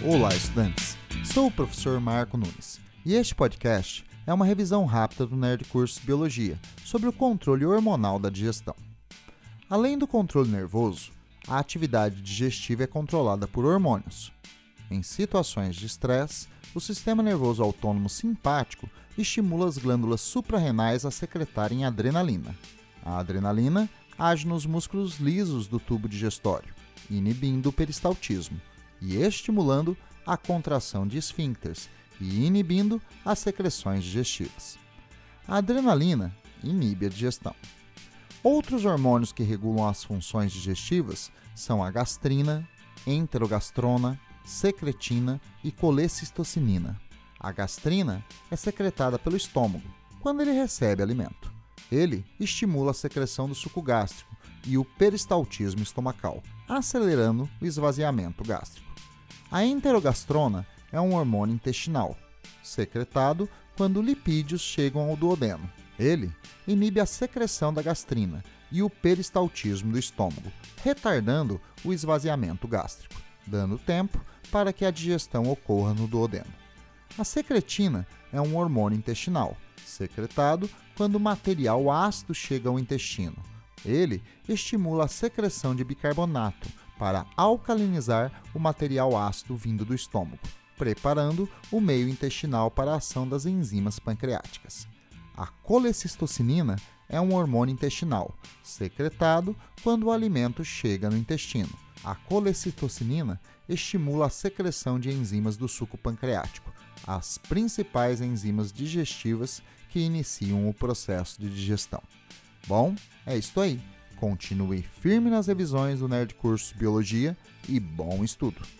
Olá, estudantes! Sou o professor Marco Nunes e este podcast é uma revisão rápida do Nerd Curso Biologia sobre o controle hormonal da digestão. Além do controle nervoso, a atividade digestiva é controlada por hormônios. Em situações de estresse, o sistema nervoso autônomo simpático estimula as glândulas suprarrenais a secretarem adrenalina. A adrenalina age nos músculos lisos do tubo digestório, inibindo o peristaltismo e estimulando a contração de esfíncteres e inibindo as secreções digestivas. A adrenalina inibe a digestão. Outros hormônios que regulam as funções digestivas são a gastrina, enterogastrona, secretina e colecistocinina. A gastrina é secretada pelo estômago quando ele recebe alimento. Ele estimula a secreção do suco gástrico e o peristaltismo estomacal, acelerando o esvaziamento gástrico. A enterogastrona é um hormônio intestinal, secretado quando lipídios chegam ao duodeno. Ele inibe a secreção da gastrina e o peristaltismo do estômago, retardando o esvaziamento gástrico, dando tempo para que a digestão ocorra no duodeno. A secretina é um hormônio intestinal, secretado quando o material ácido chega ao intestino. Ele estimula a secreção de bicarbonato para alcalinizar o material ácido vindo do estômago, preparando o meio intestinal para a ação das enzimas pancreáticas. A colecistocinina é um hormônio intestinal, secretado quando o alimento chega no intestino. A colecistocinina estimula a secreção de enzimas do suco pancreático, as principais enzimas digestivas que iniciam o processo de digestão. Bom, é isso aí. Continue firme nas revisões do Nerd Curso Biologia e bom estudo!